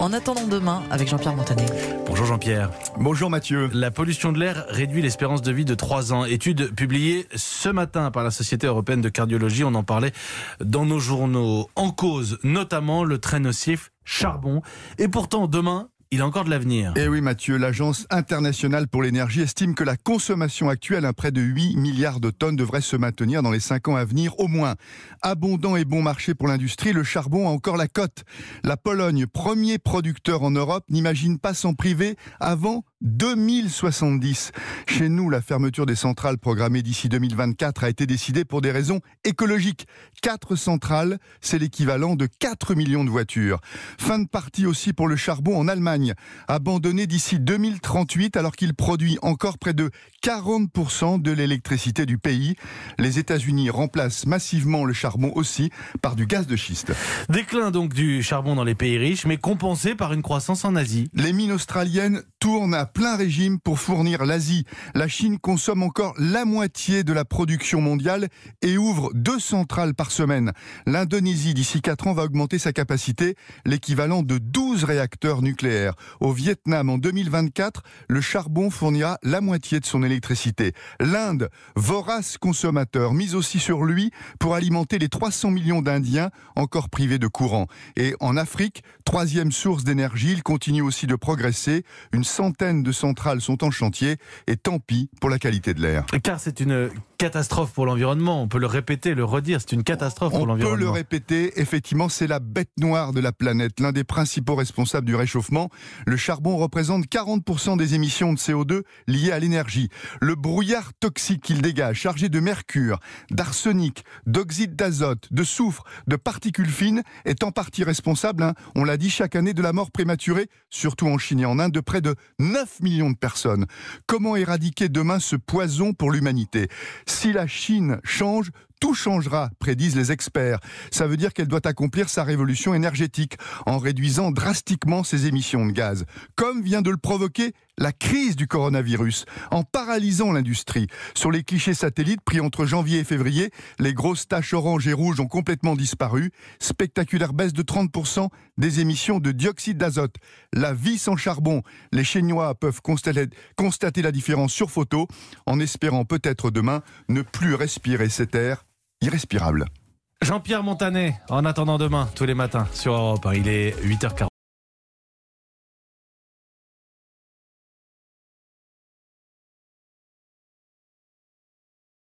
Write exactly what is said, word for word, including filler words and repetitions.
En attendant demain avec Jean-Pierre Montanet. Bonjour Jean-Pierre. Bonjour Mathieu. La pollution de l'air réduit l'espérance de vie de trois ans. Étude publiée ce matin par la Société européenne de cardiologie. On en parlait dans nos journaux. En cause, notamment le très nocif charbon. Et pourtant, demain, il a encore de l'avenir. Eh oui Mathieu, l'Agence internationale pour l'énergie estime que la consommation actuelle, à près de huit milliards de tonnes, devrait se maintenir dans les cinq ans à venir au moins. Abondant et bon marché pour l'industrie, le charbon a encore la cote. La Pologne, premier producteur en Europe, n'imagine pas s'en priver avant deux mille soixante-dix. Chez nous, la fermeture des centrales programmée d'ici deux mille vingt-quatre a été décidée pour des raisons écologiques. Quatre centrales, c'est l'équivalent de quatre millions de voitures. Fin de partie aussi pour le charbon en Allemagne, abandonné d'ici deux mille trente-huit alors qu'il produit encore près de quarante pour cent de l'électricité du pays. Les États-Unis remplacent massivement le charbon aussi par du gaz de schiste. Déclin donc du charbon dans les pays riches, mais compensé par une croissance en Asie. Les mines australiennes tournent à plein régime pour fournir l'Asie. La Chine consomme encore la moitié de la production mondiale et ouvre deux centrales par semaine. L'Indonésie, d'ici quatre ans, va augmenter sa capacité, l'équivalent de douze réacteurs nucléaires. Au Vietnam, en deux mille vingt-quatre, le charbon fournira la moitié de son électricité. L'Inde, vorace consommateur, mise aussi sur lui pour alimenter les trois cents millions d'Indiens encore privés de courant. Et en Afrique, troisième source d'énergie, il continue aussi de progresser. Une centaine de centrales sont en chantier et tant pis pour la qualité de l'air. Car c'est une catastrophe pour l'environnement. On peut le répéter, le redire, c'est une catastrophe On pour l'environnement. On peut le répéter, effectivement, c'est la bête noire de la planète, l'un des principaux responsables du réchauffement. Le charbon représente quarante pour cent des émissions de C O deux liées à l'énergie. Le brouillard toxique qu'il dégage, chargé de mercure, d'arsenic, d'oxyde d'azote, de soufre, de particules fines, est en partie responsable, hein, on l'a dit, chaque année de la mort prématurée, surtout en Chine et en Inde, de près de neuf millions de personnes. Comment éradiquer demain ce poison pour l'humanité ? Si la Chine change, tout changera, prédisent les experts. Ça veut dire qu'elle doit accomplir sa révolution énergétique en réduisant drastiquement ses émissions de gaz, comme vient de le provoquer la crise du coronavirus, en paralysant l'industrie. Sur les clichés satellites pris entre janvier et février, les grosses taches orange et rouge ont complètement disparu. Spectaculaire baisse de trente pour cent des émissions de dioxyde d'azote. La vie sans charbon. Les Chinois peuvent constater, constater la différence sur photo, en espérant peut-être demain ne plus respirer cet air irrespirable. Jean-Pierre Montanet, en attendant demain, tous les matins sur Europe un, il est huit heures quarante.